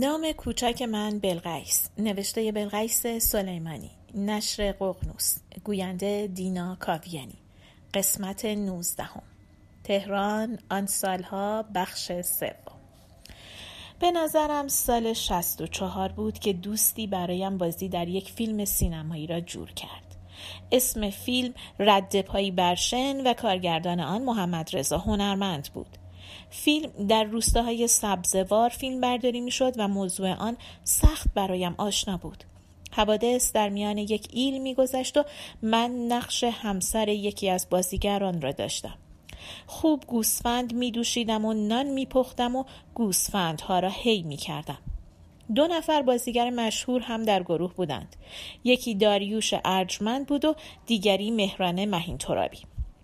نام کوچک من بلقیس، نوشته بلقیس سلیمانی، نشر ققنوس، گوینده دینا کاویانی، قسمت 19. تهران، آن سالها، بخش 3. به نظرم سال 64 بود که دوستی برایم بازی در یک فیلم سینمایی را جور کرد. اسم فیلم رد پایی بر شن و کارگردان آن محمد رضا هنرمند بود. فیلم در روستاهای سبزوار فیلم برداری می شد و موضوع آن سخت برایم آشنا بود. حوادث در میان یک ایل می گذشت و من نقش همسر یکی از بازیگران را داشتم. خوب گوسفند می دوشیدم و نان می پختم و گوسفندها را هی می کردم. 2 نفر بازیگر مشهور هم در گروه بودند. یکی داریوش ارجمند بود و دیگری مهران مهین ترابی.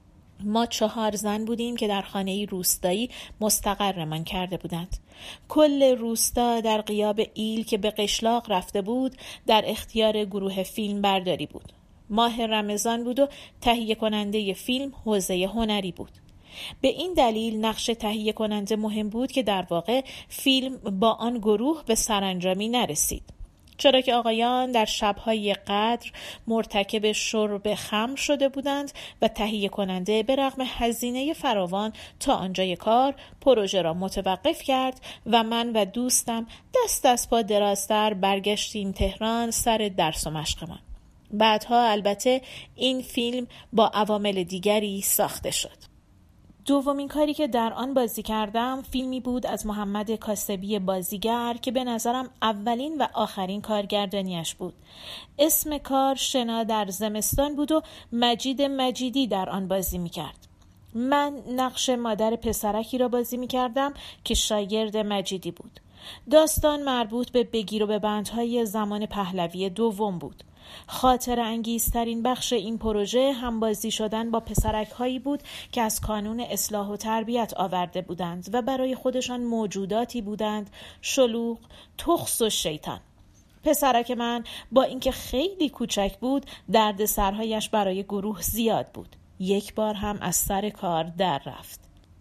ما 4 زن بودیم که در خانه‌ای روستایی مستقرمان کرده بودند. کل روستا در غیاب ایل که به قشلاق رفته بود در اختیار گروه فیلم برداری بود. ماه رمضان بود و تهیه کننده فیلم حوزه هنری بود. به این دلیل نقش تهیه کننده مهم بود که در واقع فیلم با آن گروه به سرانجامی نرسید. چرا که آقایان در شب‌های قدر مرتکب شرب خمر شده بودند و تهیه کننده به رغم هزینه فراوان تا آنجای کار پروژه را متوقف کرد و من و دوستم دست از پا درازتر برگشتیم تهران سر درس و مشقمان. بعدها البته این فیلم با عوامل دیگری ساخته شد. دومین کاری که در آن بازی کردم فیلمی بود از محمد کاسبی بازیگر که به نظرم اولین و آخرین کارگردانیش بود. اسم کار شنا در زمستان بود و مجید مجیدی در آن بازی میکرد. من نقش مادر پسرکی را بازی میکردم که شاگرد مجیدی بود. داستان مربوط به بگیر و ببندهای زمان پهلوی دوم بود. خاطر انگیزترین بخش این پروژه همبازی شدن با پسرک هایی بود که از کانون اصلاح و تربیت آورده بودند و برای خودشان موجوداتی بودند شلوغ، تخس و شیطان. پسرک من با اینکه خیلی کوچک بود درد سرهایش برای گروه زیاد بود. یک بار هم از سر کار در رفت.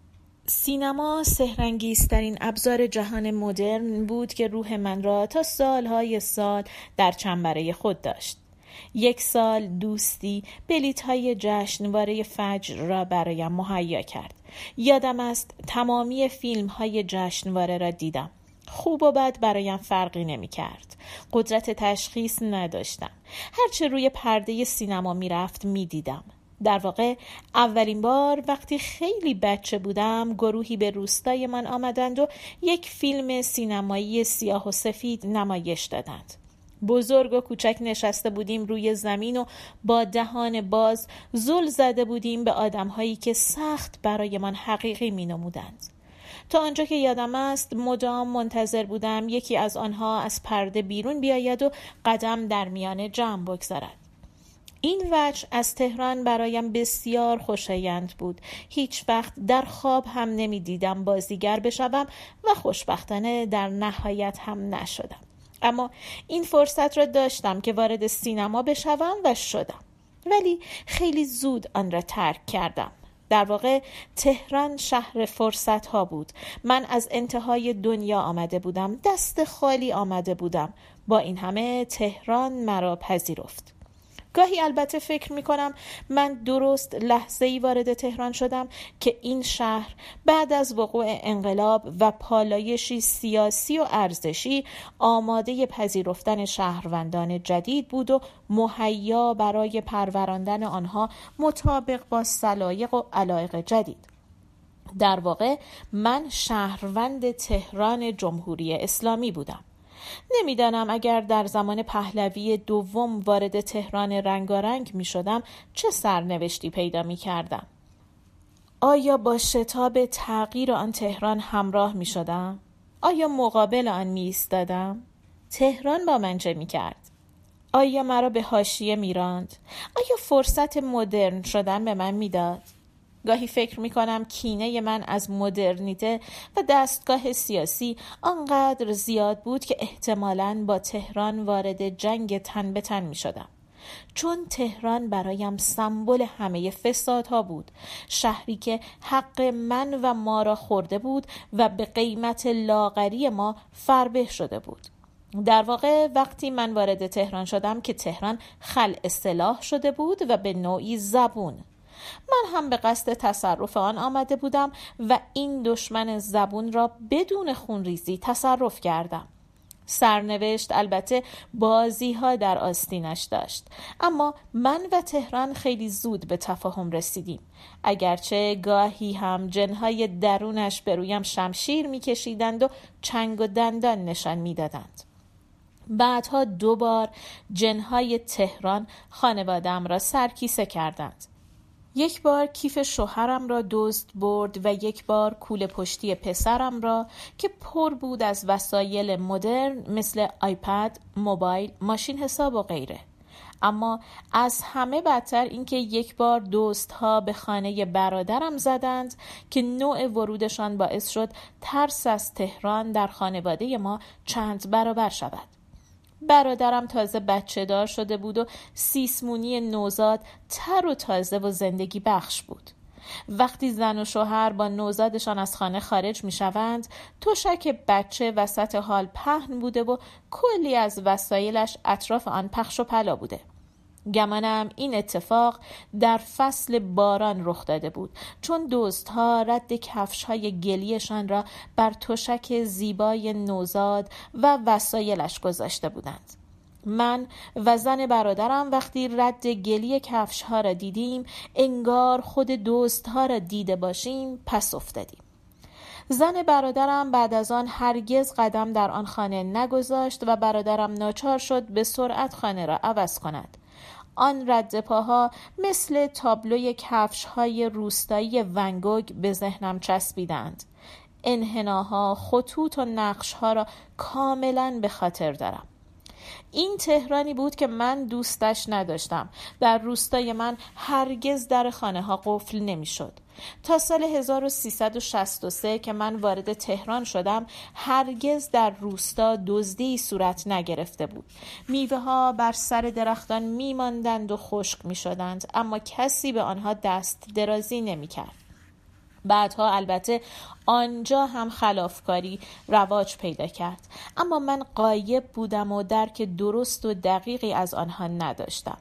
سینما سحرانگیزترین ابزار جهان مدرن بود که روح من را تا سالهای سال در چنبره خود داشت. 1 سال دوستی بلیط‌های جشنواره فجر را برایم مهیا کرد. یادم است تمامی فیلم‌های جشنواره را دیدم. خوب و بد برایم فرقی نمی کرد. قدرت تشخیص نداشتم. هرچه روی پرده سینما می رفت می دیدم. در واقع اولین بار وقتی خیلی بچه بودم گروهی به روستای من آمدند و یک فیلم سینمایی سیاه و سفید نمایش دادند. بزرگ و کوچک نشسته بودیم روی زمین و با دهان باز زل زده بودیم به آدم‌هایی که سخت برای من حقیقی می‌نمودند. تا آنجا که یادم است مدام منتظر بودم یکی از آنها از پرده بیرون بیاید و قدم در میان جمع بگذارد. این وجه از تهران برایم بسیار خوشایند بود. هیچ وقت در خواب هم نمی دیدم بازیگر بشوم و خوشبختانه در نهایت هم نشدم. اما این فرصت را داشتم که وارد سینما بشوم و شدم. ولی خیلی زود آن را ترک کردم. در واقع تهران شهر فرصت ها بود. من از انتهای دنیا آمده بودم. دست خالی آمده بودم. با این همه تهران مرا پذیرفت. گاهی البته فکر می کنم من درست لحظه‌ای وارد تهران شدم که این شهر بعد از وقوع انقلاب و پالایشی سیاسی و ارزشی آماده پذیرفتن شهروندان جدید بود و مهیا برای پروراندن آنها مطابق با سلایق و علایق جدید. در واقع من شهروند تهران جمهوری اسلامی بودم. نمیدانم اگر در زمان پهلوی دوم وارد تهران رنگارنگ می شدم چه سرنوشتی پیدا می کردم. آیا با شتاب تغییر آن تهران همراه می شدم؟ آیا مقابل آن می ایستادم؟ تهران با من چه می کرد؟ آیا مرا به حاشیه می راند؟ آیا فرصت مدرن شدن به من می داد؟ گاهی فکر می کنم کینه من از مدرنیته و دستگاه سیاسی آنقدر زیاد بود که احتمالاً با تهران وارد جنگ تن به تن می شدم. چون تهران برایم سمبل همه فسادها بود، شهری که حق من و ما را خورده بود و به قیمت لاغری ما فربه شده بود. در واقع وقتی من وارد تهران شدم که تهران خلع اصطلاح شده بود و به نوعی زبون. من هم به قصد تصرف آن آمده بودم و این دشمن زبون را بدون خونریزی تصرف کردم. سرنوشت البته بازی ها در آستینش داشت، اما من و تهران خیلی زود به تفاهم رسیدیم، اگرچه گاهی هم جنهای درونش به رویم شمشیر می‌کشیدند و چنگ و دندان نشان می‌دادند. بعدها 2 بار جنهای تهران خانواده‌ام را سرکیسه کردند. 1 بار کیف شوهرم را دزد برد و 1 بار کوله پشتی پسرم را که پر بود از وسایل مدرن مثل آیپد، موبایل، ماشین حساب و غیره. اما از همه بدتر اینکه 1 بار دزدها به خانه برادرم زدند که نوع ورودشان باعث شد ترس از تهران در خانواده ما چند برابر شود. برادرم تازه بچه دار شده بود و سیسمونی نوزاد تر و تازه و زندگی بخش بود. وقتی زن و شوهر با نوزادشان از خانه خارج می شوند، تشک بچه وسط حال پهن بوده و کلی از وسایلش اطراف آن پخش و پلا بوده. گمانم این اتفاق در فصل باران رخ داده بود، چون دزدها رد کفش‌های گلیشان را بر تشک زیبای نوزاد و وسایلش گذاشته بودند. من و زن برادرم وقتی رد گلی کفش‌ها را دیدیم، انگار خود دزدها را دیده باشیم پس افتادیم. زن برادرم بعد از آن هرگز قدم در آن خانه نگذاشت و برادرم ناچار شد به سرعت خانه را عوض کند. آن رد پاها مثل تابلوی کفش‌های روستایی ونگوگ به ذهنم چسبیدند. انحناها، خطوط و نقش‌ها را کاملاً به خاطر دارم. این تهرانی بود که من دوستش نداشتم. در روستای من هرگز در خانه ها قفل نمی شد. تا سال 1363 که من وارد تهران شدم، هرگز در روستا دزدی صورت نگرفته بود. میوه ها بر سر درختان می ماندند و خشک می شدند، اما کسی به آنها دست درازی نمی کرد. بعدها البته آنجا هم خلافکاری رواج پیدا کرد، اما من غایب بودم و درک درست و دقیقی از آنها نداشتم.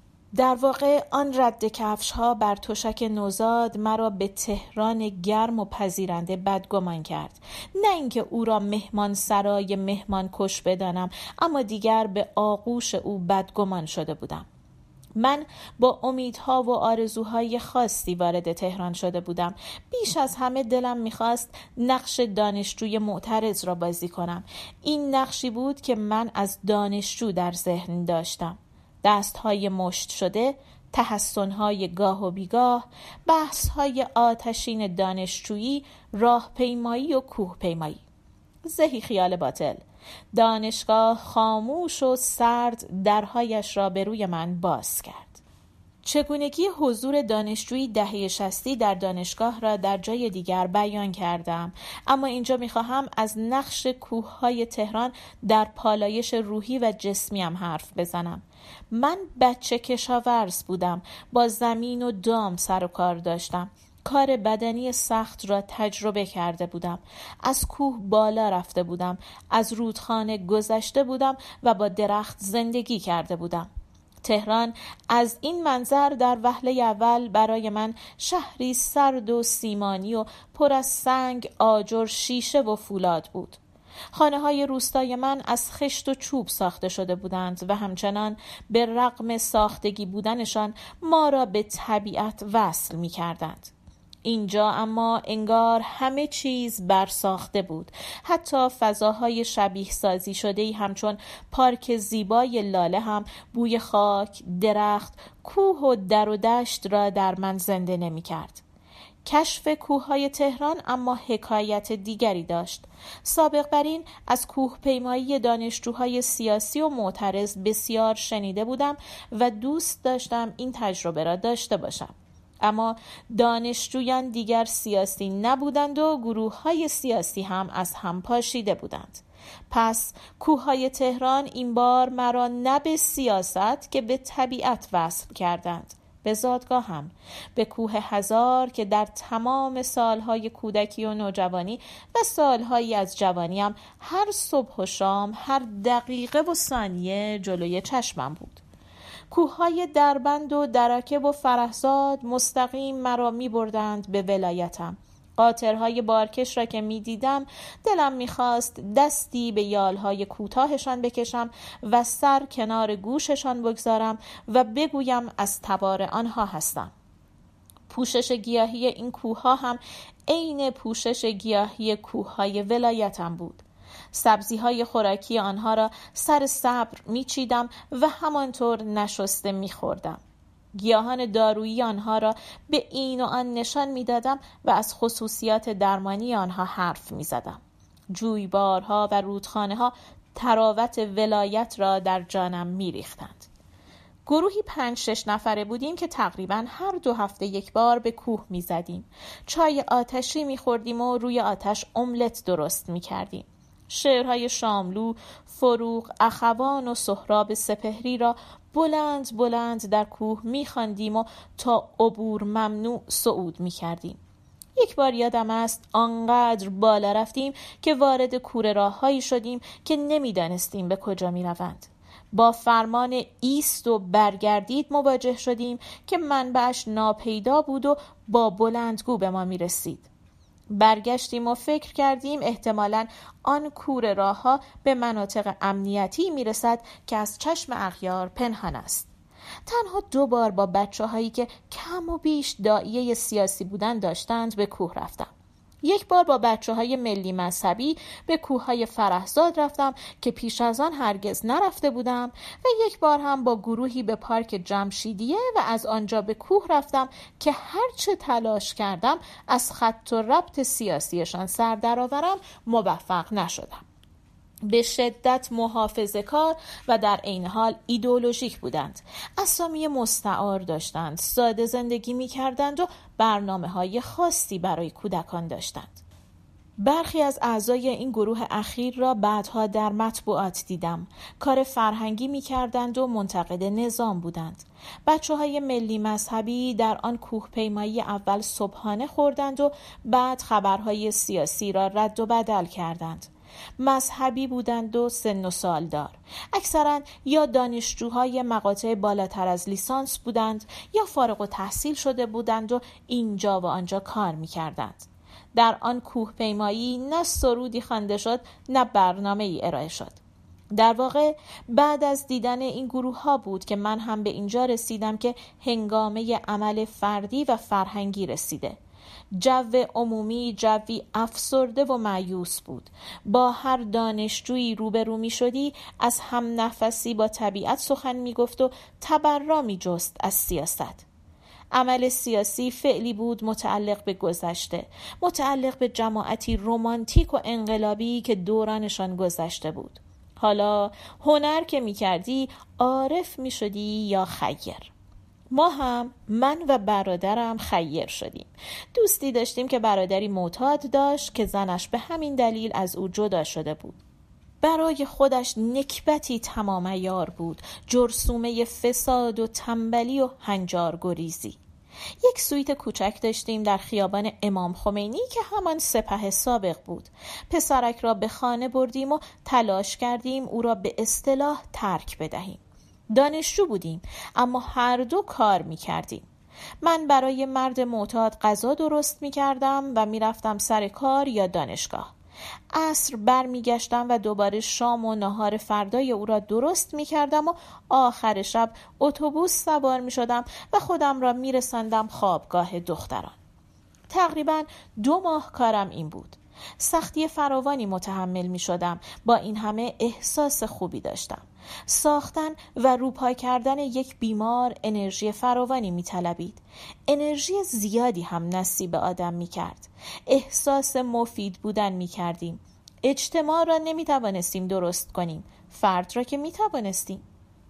در واقع آن رد کفش ها بر تشک نوزاد مرا به تهران گرم و پذیرنده بدگمان کرد. نه اینکه او را مهمان سرای مهمان کش بدانم، اما دیگر به آغوش او بدگمان شده بودم. من با امیدها و آرزوهای خاصی وارد تهران شده بودم. بیش از همه دلم میخواست نقش دانشجوی معترض را بازی کنم. این نقشی بود که من از دانشجو در ذهن داشتم. دستهای مشت شده، تحسنهای گاه و بیگاه، بحثهای آتشین دانشجویی، راهپیمایی و کوهپیمایی. زهی خیال باطل. دانشگاه خاموش و سرد درهایش را به روی من باز کرد. چگونگی حضور دانشجویی دهه 60 در دانشگاه را در جای دیگر بیان کردم، اما اینجا میخواهم از نقش کوههای تهران در پالایش روحی و جسمیم حرف بزنم. من بچه کشاورز بودم، با زمین و دام سر و کار داشتم. کار بدنی سخت را تجربه کرده بودم. از کوه بالا رفته بودم، از رودخانه گذشته بودم و با درخت زندگی کرده بودم. تهران از این منظر در وهله اول برای من شهری سرد و سیمانی و پر از سنگ، آجر، شیشه و فولاد بود. خانه‌های روستای من از خشت و چوب ساخته شده بودند و همچنان به رغم ساختگی بودنشان ما را به طبیعت وصل می‌کردند. اینجا اما انگار همه چیز برساخته بود. حتی فضاهای شبیه سازی شده‌ای همچون پارک زیبای لاله هم بوی خاک، درخت، کوه و در و دشت را در من زنده نمی کرد. کشف کوههای تهران اما حکایت دیگری داشت. سابق بر این از کوه پیمایی دانشجوهای سیاسی و معترض بسیار شنیده بودم و دوست داشتم این تجربه را داشته باشم. اما دانشجویان دیگر سیاسی نبودند و گروه‌های سیاسی هم از هم پاشیده بودند. پس کوههای تهران این بار مرا نه به سیاست که به طبیعت وصل کردند، به زادگاهم، به کوه هزار که در تمام سالهای کودکی و نوجوانی و سالهایی از جوانیم هر صبح و شام، هر دقیقه و ثانیه جلوی چشمم بود. کوههای دربند و درکه و فرهزاد مستقیم مرا می بردند به ولایتم. قاطرهای بارکش را که می دیدم دلم می خواست دستی به یالهای کوتاهشان بکشم و سر کنار گوششان بگذارم و بگویم از تبار آنها هستم. پوشش گیاهی این کوهها هم عین پوشش گیاهی کوههای ولایتم بود. سبزی‌های خوراکی آنها را سر صبر می‌چیدم و همانطور نشسته می‌خوردم. گیاهان دارویی آنها را به این و آن نشان می‌دادم و از خصوصیات درمانی آنها حرف می‌زدم. جویبارها و رودخانه‌ها تراوت ولایت را در جانم می‌ریختند. گروهی 5-6 نفره بودیم که تقریباً هر 2 هفته یک بار به کوه می‌زدیم. چای آتشی می‌خوردیم و روی آتش املت درست می‌کردیم. شعرهای شاملو، فروغ، اخوان و سهراب سپهری را بلند بلند در کوه می‌خواندیم و تا عبور ممنوع صعود می‌کردیم. یک بار یادم است آنقدر بالا رفتیم که وارد کوره راه‌هایی شدیم که نمی‌دانستیم به کجا می‌روند. با فرمان ایست و برگردید مواجه شدیم که منبعش ناپیدا بود و با بلندگو به ما می‌رسید. برگشتیم و فکر کردیم احتمالاً آن کوره راه‌ها به مناطق امنیتی میرسد که از چشم اغیار پنهان است. تنها 2 بار با بچه‌هایی که کم و بیش داعیه سیاسی بودن داشتند به کوه رفتم. یک بار با بچه‌های ملی مذهبی به کوههای فرهزاد رفتم که پیش از آن هرگز نرفته بودم و یک بار هم با گروهی به پارک جمشیدیه و از آنجا به کوه رفتم که هرچه تلاش کردم از خط و ربط سیاسیشان سر درآورم موفق نشدم. به شدت محافظه‌کار و در عین حال ایدئولوژیک بودند. اسامی مستعار داشتند، ساده زندگی می‌کردند و برنامه‌های خاصی برای کودکان داشتند. برخی از اعضای این گروه اخیر را بعدها در مطبوعات دیدم. کار فرهنگی می‌کردند و منتقد نظام بودند. بچه‌های ملی مذهبی در آن کوه پیمایی اول صبحانه خوردند و بعد خبرهای سیاسی را رد و بدل کردند. مذهبی بودند و سن و سالدار. اکثرا یا دانشجوهای مقاطع بالاتر از لیسانس بودند یا فارغ التحصیل شده بودند و اینجا و آنجا کار می‌کردند. در آن کوه پیمایی نه سرودی خوانده شد نه برنامه‌ای ارائه شد. در واقع بعد از دیدن این گروه ها بود که من هم به اینجا رسیدم که هنگامه عمل فردی و فرهنگی رسیده. جو عمومی جوی افسرده و مایوس بود. با هر دانشجویی روبرو می شدی از هم نفسی با طبیعت سخن می گفت و تبرا می جست از سیاست. عمل سیاسی فعلی بود متعلق به گذشته، متعلق به جماعتی رمانتیک و انقلابی که دورانشان گذشته بود. حالا هنر که می کردی عارف می شدی یا خیر. ما هم، من و برادرم خیر شدیم. دوستی داشتیم که برادری معتاد داشت که زنش به همین دلیل از او جدا شده بود. برای خودش نکبتی تمام عیار بود، جرثومه فساد و تنبلی و هنجار گریزی. یک سویت کوچک داشتیم در خیابان امام خمینی که همان سپه سابق بود. پسرک را به خانه بردیم و تلاش کردیم او را به اصطلاح ترک بدهیم. دانشجو بودیم اما هر دو کار می کردیم. من برای مرد معتاد غذا درست می کردم و می رفتم سر کار یا دانشگاه. عصر بر می گشتم و دوباره شام و نهار فردای او را درست می کردم و آخر شب اتوبوس سوار می شدم و خودم را می رساندم خوابگاه دختران. تقریباً 2 ماه کارم این بود. سختی فراوانی متحمل می شدم، با این همه احساس خوبی داشتم. ساختن و روپا کردن یک بیمار انرژی فراوانی می طلبید. انرژی زیادی هم نصیب آدم می کرد. احساس مفید بودن می کردیم. اجتماع را نمی توانستیم درست کنیم، فرد را که می توانستیم.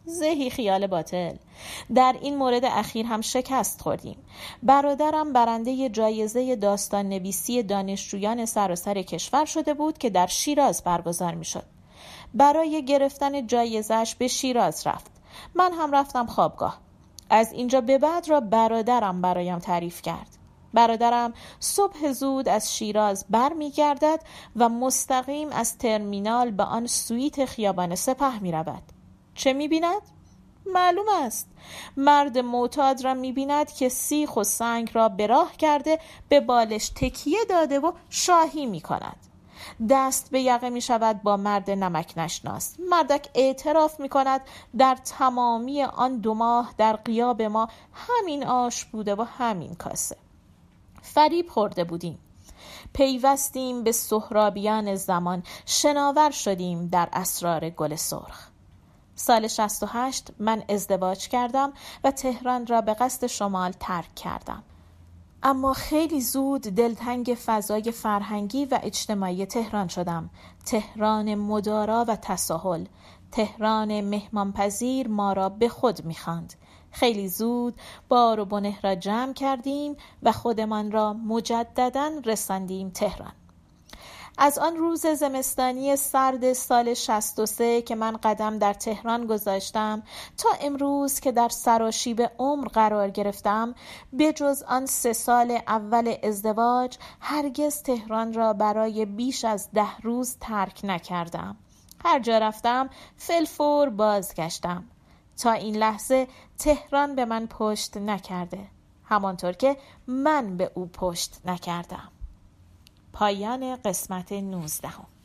زهی خیال باطل. در این مورد اخیر هم شکست خوردیم. برادرم برنده جایزه داستان نویسی دانشجویان سراسر کشور شده بود که در شیراز برگزار می شد. برای گرفتن جایزه‌اش به شیراز رفت. من هم رفتم خوابگاه. از اینجا به بعد را برادرم برایم تعریف کرد. برادرم صبح زود از شیراز بر می گردد و مستقیم از ترمینال به آن سویت خیابان سپه می رود. چه می بیند؟ معلوم است. مرد معتاد را می بیند که سیخ و سنگ را به راه کرده، به بالش تکیه داده و شاهی می کند. دست به یقه می شود با مرد نمک نشناس. مردک اعتراف می کند در تمامی آن 2 ماه در غیاب ما همین آش بوده و همین کاسه. فریب خورده بودیم. پیوستیم به سهرابیان زمان، شناور شدیم در اسرار گل سرخ. سال 68 من ازدواج کردم و تهران را به قصد شمال ترک کردم. اما خیلی زود دلتنگ فضای فرهنگی و اجتماعی تهران شدم. تهران مدارا و تساهل، تهران مهمانپذیر ما را به خود می‌خواند. خیلی زود بار و بنه را جمع کردیم و خودمان را مجدداً رساندیم تهران. از آن روز زمستانی سرد سال 63 که من قدم در تهران گذاشتم تا امروز که در سراشیب عمر قرار گرفتم، به جز آن 3 سال اول ازدواج هرگز تهران را برای بیش از 10 روز ترک نکردم. هر جا رفتم فلفور بازگشتم. تا این لحظه تهران به من پشت نکرده، همانطور که من به او پشت نکردم. پایان قسمت 19.